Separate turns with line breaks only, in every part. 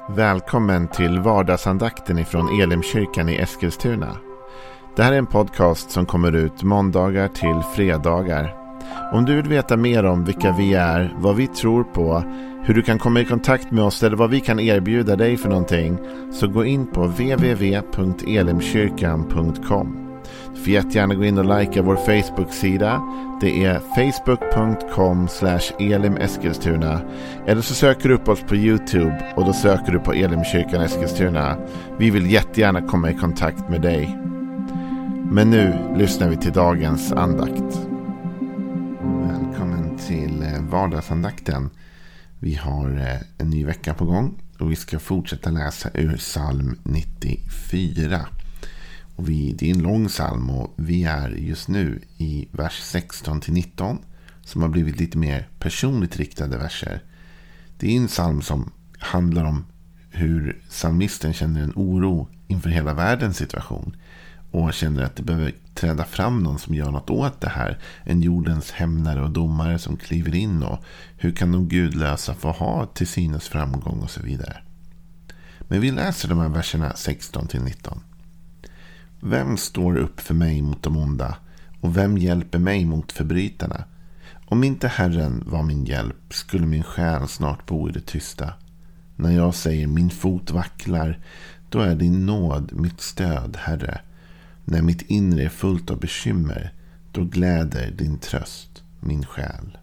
Välkommen till vardagsandakten ifrån Elimkyrkan i Eskilstuna. Det här är en podcast som kommer ut måndagar till fredagar. Om du vill veta mer om vilka vi är, vad vi tror på, hur du kan komma i kontakt med oss eller vad vi kan erbjuda dig för någonting, så gå in på www.elimkyrkan.com. Du får jättegärna gå in och likea vår Facebook-sida. Det är facebook.com/elimeskilstuna. Eller så söker du upp oss på YouTube och då söker du på Elimkyrkan Eskilstuna. Vi vill jättegärna komma i kontakt med dig. Men nu lyssnar vi till dagens andakt. Välkommen till vardagsandakten. Vi har en ny vecka på gång och vi ska fortsätta läsa ur psalm 94. Och det är en lång psalm och vi är just nu i vers 16-19 som har blivit lite mer personligt riktade verser. Det är en psalm som handlar om hur psalmisten känner en oro inför hela världens situation och känner att det behöver träda fram någon som gör något åt det här. En jordens hämnare och domare som kliver in, och hur kan de gudlösa få ha till synes framgång och så vidare. Men vi läser de här verserna 16-19. Vem står upp för mig mot de onda, och vem hjälper mig mot förbrytarna? Om inte Herren var min hjälp skulle min själ snart bo i det tysta. När jag säger min fot vacklar, då är din nåd mitt stöd, Herre. När mitt inre är fullt av bekymmer, då gläder din tröst min själ.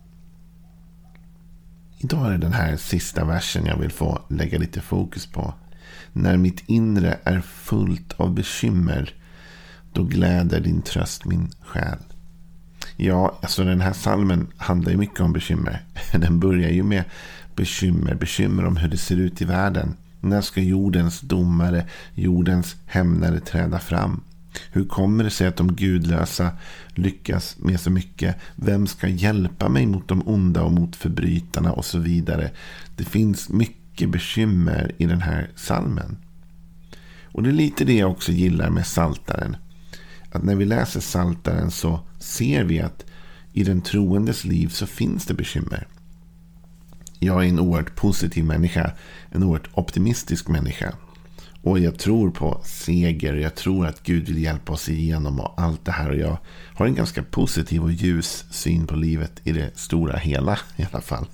Idag är det den här sista versen jag vill få lägga lite fokus på. När mitt inre är fullt av bekymmer, då gläder din tröst min själ. Ja, alltså den här psalmen handlar ju mycket om bekymmer. Den börjar ju med bekymmer om hur det ser ut i världen. När ska jordens domare, jordens hämnare träda fram? Hur kommer det sig att de gudlösa lyckas med så mycket? Vem ska hjälpa mig mot de onda och mot förbrytarna och så vidare? Det finns mycket bekymmer i den här psalmen. Och det är lite det jag också gillar med Psaltaren. Att när vi läser Psaltaren så ser vi att i den troendes liv så finns det bekymmer. Jag är en oerhört positiv människa, en oerhört optimistisk människa. Och jag tror på seger, jag tror att Gud vill hjälpa oss igenom och allt det här. Och jag har en ganska positiv och ljus syn på livet i det stora hela i alla fall.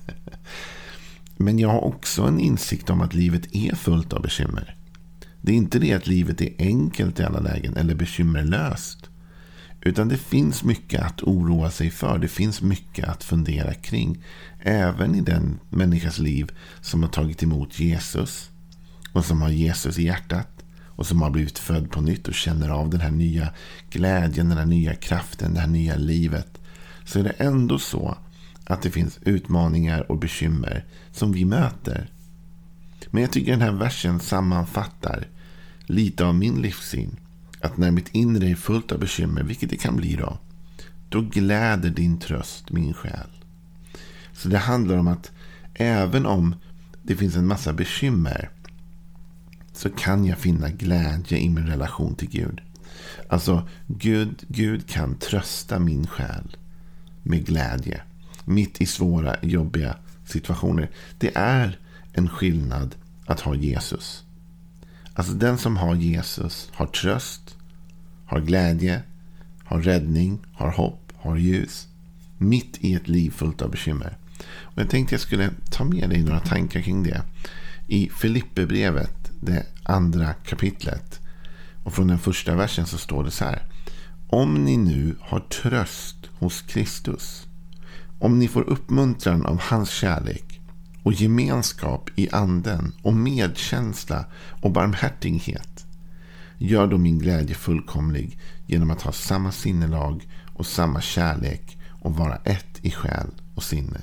Men jag har också en insikt om att livet är fullt av bekymmer. Det är inte det att livet är enkelt i alla lägen eller bekymmerlöst. Utan det finns mycket att oroa sig för. Det finns mycket att fundera kring. Även i den människas liv som har tagit emot Jesus. Och som har Jesus i hjärtat. Och som har blivit född på nytt och känner av den här nya glädjen, den här nya kraften, det här nya livet. Så är det ändå så att det finns utmaningar och bekymmer som vi möter. Men jag tycker den här versen sammanfattar lite av min livssyn. Att när mitt inre är fullt av bekymmer, vilket det kan bli då gläder din tröst min själ. Så det handlar om att även om det finns en massa bekymmer, så kan jag finna glädje i min relation till Gud. Alltså Gud kan trösta min själ med glädje mitt i svåra, jobbiga situationer. Det är en skillnad att ha Jesus. Alltså den som har Jesus har tröst, har glädje, har räddning, har hopp, har ljus. Mitt i ett liv fullt av bekymmer. Och jag tänkte jag skulle ta med dig några tankar kring det. I Filipperbrevet, det andra kapitlet. Och från den första versen så står det så här. Om ni nu har tröst hos Kristus, om ni får uppmuntran av hans kärlek och gemenskap i anden och medkänsla och barmhärtighet, gör då min glädje fullkomlig genom att ha samma sinnelag och samma kärlek och vara ett i själ och sinne.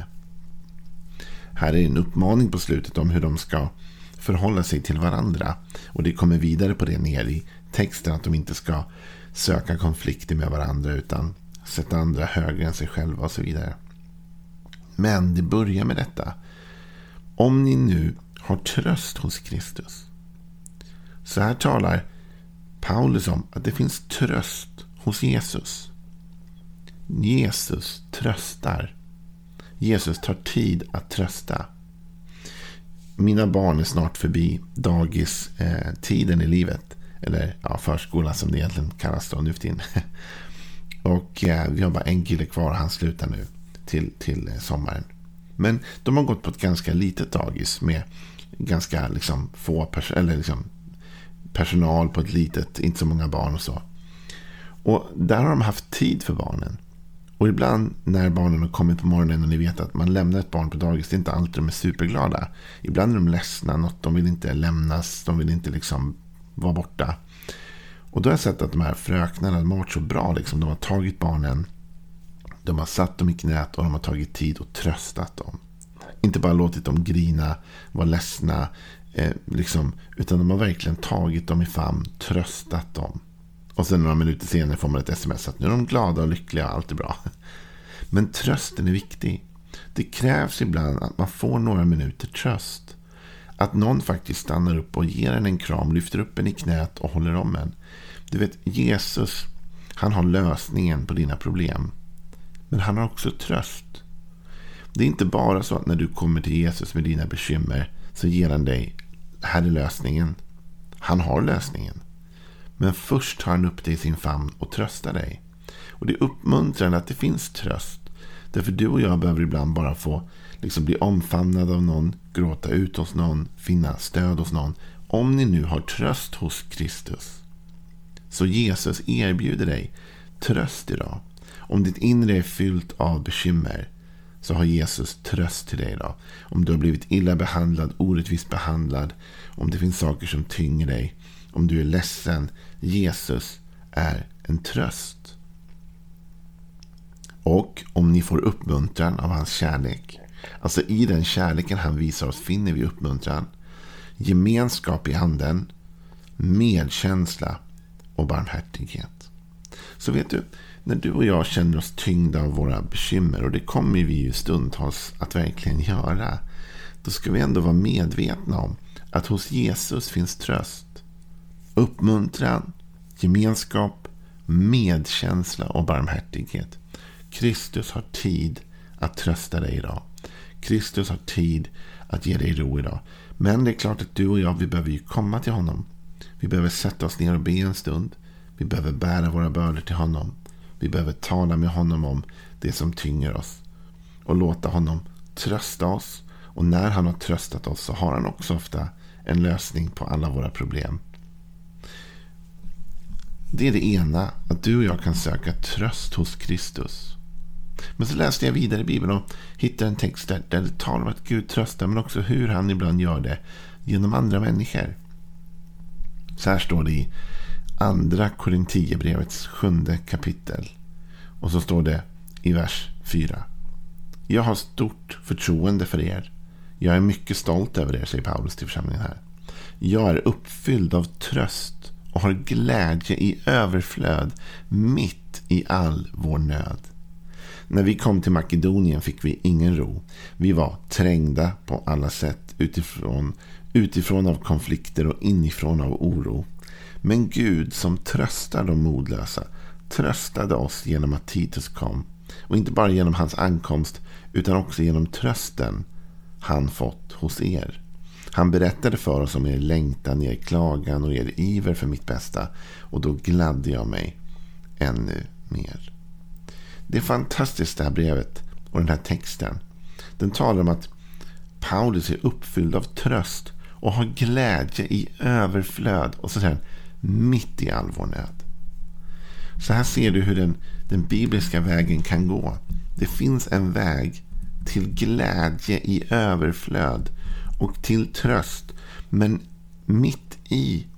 Här är en uppmaning på slutet om hur de ska förhålla sig till varandra, och det kommer vidare på det ner i texten att de inte ska söka konflikter med varandra utan sätta andra högre än sig själva och så vidare. Men det börjar med detta. Om ni nu har tröst hos Kristus. Så här talar Paulus om att det finns tröst hos Jesus. Jesus tröstar. Jesus tar tid att trösta. Mina barn är snart förbi dagis-tiden i livet. Eller förskola som det egentligen kallas då nu för tiden. Och vi har bara en kille kvar. Han slutar nu till sommaren. Men de har gått på ett ganska litet dagis med ganska få personal på ett litet, inte så många barn och så. Och där har de haft tid för barnen. Och ibland när barnen har kommit på morgonen och ni vet att man lämnar ett barn på dagis, det är inte alltid de är superglada. Ibland är de ledsna, något de vill inte lämnas, de vill inte vara borta. Och då har jag sett att de här fröknarna har varit så bra. De har tagit barnen, de har satt dem i knät och de har tagit tid och tröstat dem. Inte bara låtit dem grina, vara ledsna, utan de har verkligen tagit dem i famn, tröstat dem. Och sen några minuter senare får man ett sms att nu är de glada och lyckliga och allt är bra. Men trösten är viktig. Det krävs ibland att man får några minuter tröst. Att någon faktiskt stannar upp och ger en kram, lyfter upp en i knät och håller om en. Du vet, Jesus, han har lösningen på dina problem. Men han har också tröst. Det är inte bara så att när du kommer till Jesus med dina bekymmer så ger han dig, här är lösningen. Han har lösningen. Men först tar han upp dig i sin famn och tröstar dig. Och det är uppmuntrande att det finns tröst. Därför du och jag behöver ibland bara få bli omfamnad av någon, gråta ut hos någon, finna stöd hos någon. Om ni nu har tröst hos Kristus. Så Jesus erbjuder dig tröst idag. Om ditt inre är fyllt av bekymmer så har Jesus tröst till dig idag. Om du har blivit illa behandlad, orättvist behandlad, om det finns saker som tynger dig, om du är ledsen, Jesus är en tröst. Och om ni får uppmuntran av hans kärlek. Alltså i den kärleken han visar oss finner vi uppmuntran, gemenskap i anden, medkänsla och barmhärtighet. Så vet du, när du och jag känner oss tyngda av våra bekymmer, och det kommer vi ju stundtals att verkligen göra, då ska vi ändå vara medvetna om att hos Jesus finns tröst, uppmuntran, gemenskap, medkänsla och barmhärtighet. Kristus har tid att trösta dig idag. Kristus har tid att ge dig ro idag. Men det är klart att du och jag, vi behöver ju komma till honom. Vi behöver sätta oss ner och be en stund. Vi behöver bära våra bördor till honom. Vi behöver tala med honom om det som tynger oss. Och låta honom trösta oss. Och när han har tröstat oss så har han också ofta en lösning på alla våra problem. Det är det ena, att du och jag kan söka tröst hos Kristus. Men så läste jag vidare i Bibeln och hittade en text där det talar om att Gud tröstar, men också hur han ibland gör det genom andra människor. Så här står det i andra Korinthierbrevets 7:e kapitel. Och så står det i vers 4. Jag har stort förtroende för er. Jag är mycket stolt över er, säger Paulus till församlingen här. Jag är uppfylld av tröst och har glädje i överflöd mitt i all vår nöd. När vi kom till Makedonien fick vi ingen ro. Vi var trängda på alla sätt, utifrån av konflikter och inifrån av oro. Men Gud som tröstar de modlösa tröstade oss genom att Titus kom. Och inte bara genom hans ankomst utan också genom trösten han fått hos er. Han berättade för oss om er längtan, er klagan och er iver för mitt bästa. Och då gladde jag mig ännu mer. Det är fantastiskt det här brevet och den här texten. Den talar om att Paulus är uppfylld av tröst och har glädje i överflöd. Och så säger han, mitt i all vår nöd. Så här ser du hur den bibliska vägen kan gå. Det finns en väg till glädje i överflöd och till tröst. Men mitt i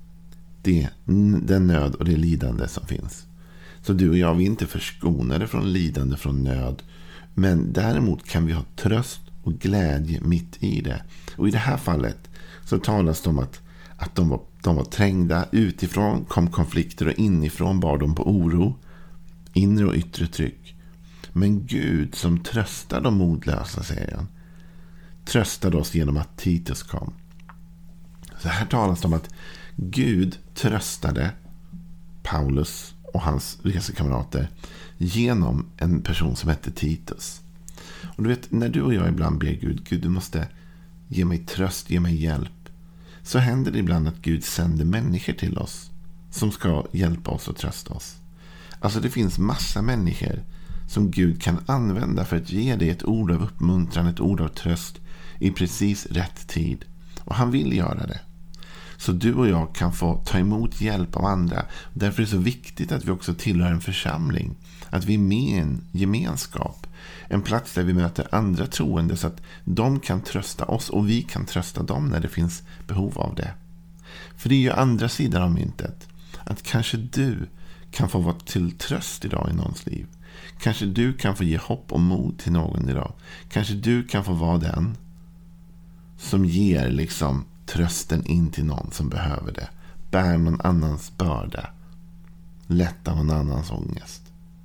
den nöd och det lidande som finns. Så du och jag, vi är inte förskonade från lidande, från nöd. Men däremot kan vi ha tröst och glädje mitt i det. Och i det här fallet så talas det om att de var trängda. Utifrån kom konflikter och inifrån bar de på oro. Inre och yttre tryck. Men Gud som tröstar de modlösa, säger han, tröstade oss genom att Titus kom. Så här talas det om att Gud tröstade Paulus och hans resekamrater genom en person som hette Titus. Och du vet, när du och jag ibland ber Gud, du måste ge mig tröst, ge mig hjälp, så händer det ibland att Gud sänder människor till oss som ska hjälpa oss och trösta oss. Alltså det finns massa människor som Gud kan använda för att ge dig ett ord av uppmuntran, ett ord av tröst i precis rätt tid. Och han vill göra det. Så du och jag kan få ta emot hjälp av andra. Därför är det så viktigt att vi också tillhör en församling. Att vi är med i en gemenskap. En plats där vi möter andra troende så att de kan trösta oss och vi kan trösta dem när det finns behov av det. För det är ju andra sidan av myntet. Att kanske du kan få vara till tröst idag i någons liv. Kanske du kan få ge hopp och mod till någon idag. Kanske du kan få vara den som ger liksom trösten in till någon som behöver det. Bär någon annans börda. Lättar någon annans ångest.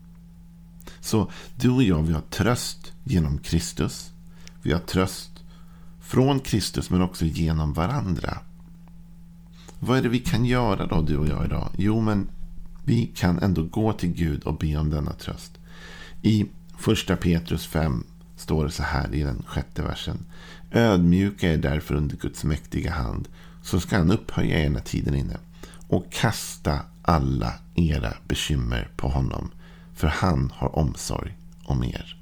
Så du och jag, vi har tröst genom Kristus. Vi har tröst från Kristus men också genom varandra. Vad är det vi kan göra då, du och jag idag? Jo, men vi kan ändå gå till Gud och be om denna tröst. I 1 Petrus 5 står det så här i den 6:e versen. Ödmjuka er därför under Guds mäktiga hand, så ska han upphöja er när tiden är inne. Och kasta alla era bekymmer på honom, för han har omsorg om er.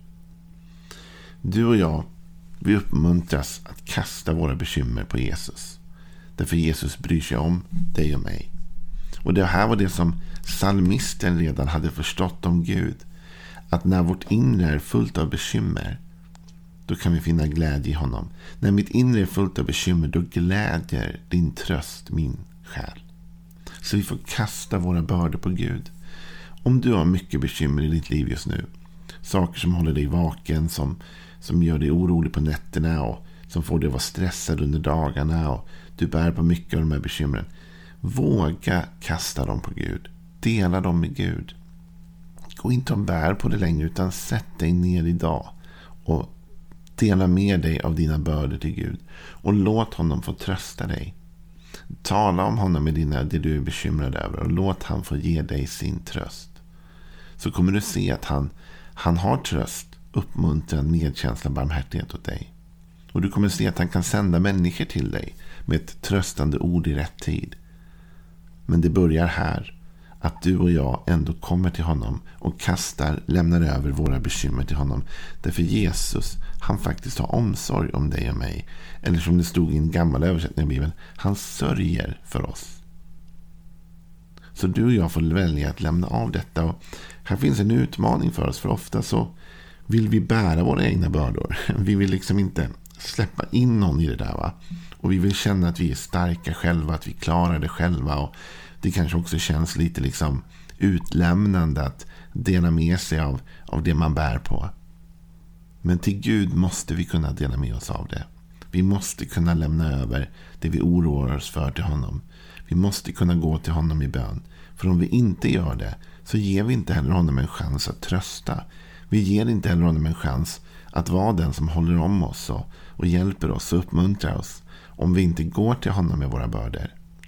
Du och jag, vi uppmuntras att kasta våra bekymmer på Jesus. Därför Jesus bryr sig om dig och mig. Och det här var det som psalmisten redan hade förstått om Gud. Att när vårt inre är fullt av bekymmer, då kan vi finna glädje i honom. När mitt inre är fullt av bekymmer, då glädjer din tröst min själ. Så vi får kasta våra bördor på Gud. Om du har mycket bekymmer i ditt liv just nu, saker som håller dig vaken, som gör dig orolig på nätterna och som får dig att vara stressad under dagarna, och du bär på mycket av de här bekymren, våga kasta dem på Gud. Dela dem med Gud. Gå inte och bär på det längre, utan sätt dig ner idag och dela med dig av dina bördor till Gud. Och låt honom få trösta dig. Tala om honom med det du är bekymrad över, och låt han få ge dig sin tröst. Så kommer du se att han har tröst, uppmuntran, medkänsla, barmhärtighet åt dig. Och du kommer se att han kan sända människor till dig med ett tröstande ord i rätt tid. Men det börjar här, att du och jag ändå kommer till honom och lämnar över våra bekymmer till honom. Därför Jesus, han faktiskt har omsorg om dig och mig. Eller som det stod i en gammal översättning av Bibeln, han sörjer för oss. Så du och jag får välja att lämna av detta. Och här finns en utmaning för oss, för ofta så vill vi bära våra egna bördor. Vi vill liksom inte släppa in någon i det där, va? Och vi vill känna att vi är starka själva, att vi klarar det själva. Och det kanske också känns lite liksom utlämnande att dela med sig av det man bär på. Men till Gud måste vi kunna dela med oss av det. Vi måste kunna lämna över det vi oroar oss för till honom. Vi måste kunna gå till honom i bön. För om vi inte gör det, så ger vi inte heller honom en chans att trösta. Vi ger inte heller honom en chans att vara den som håller om oss och hjälper oss och uppmuntrar oss, om vi inte går till honom med våra bördor.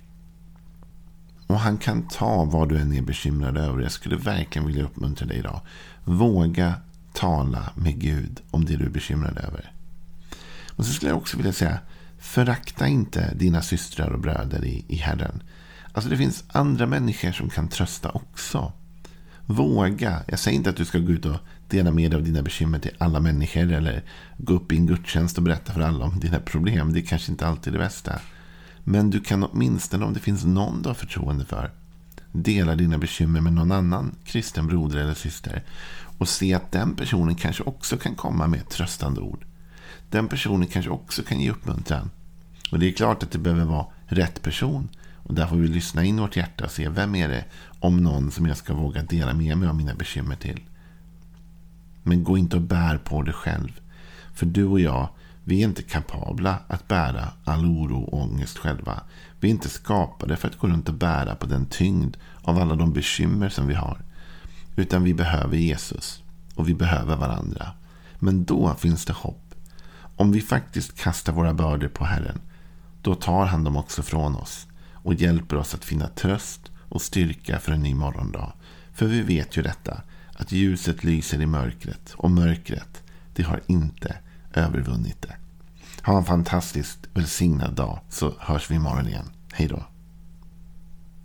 Och han kan ta vad du än är bekymrad över. Jag skulle verkligen vilja uppmuntra dig idag. Våga tala med Gud om det du är bekymrad över. Och så skulle jag också vilja säga, förakta inte dina systrar och bröder i Herren. Alltså det finns andra människor som kan trösta också. Våga. Jag säger inte att du ska gå ut och dela med dig av dina bekymmer till alla människor, eller gå upp i en gudstjänst och berätta för alla om dina problem. Det är kanske inte alltid det bästa. Men du kan åtminstone, om det finns någon du har förtroende för, dela dina bekymmer med någon annan kristen broder eller syster och se att den personen kanske också kan komma med ett tröstande ord. Den personen kanske också kan ge uppmuntran. Och det är klart att det behöver vara rätt person, och där får vi lyssna in vårt hjärta och se, vem är det om någon som jag ska våga dela med mig av mina bekymmer till. Men gå inte och bär på det själv. För du och jag, vi är inte kapabla att bära all oro och ångest själva. Vi är inte skapade för att gå runt och bära på den tyngd av alla de bekymmer som vi har. Utan vi behöver Jesus och vi behöver varandra. Men då finns det hopp. Om vi faktiskt kastar våra bördor på Herren, då tar han dem också från oss och hjälper oss att finna tröst och styrka för en ny morgondag. För vi vet ju detta, att ljuset lyser i mörkret, och mörkret, det har inte övervunnit det. Ha en fantastiskt välsignad dag, så hörs vi imorgon igen. Hej då.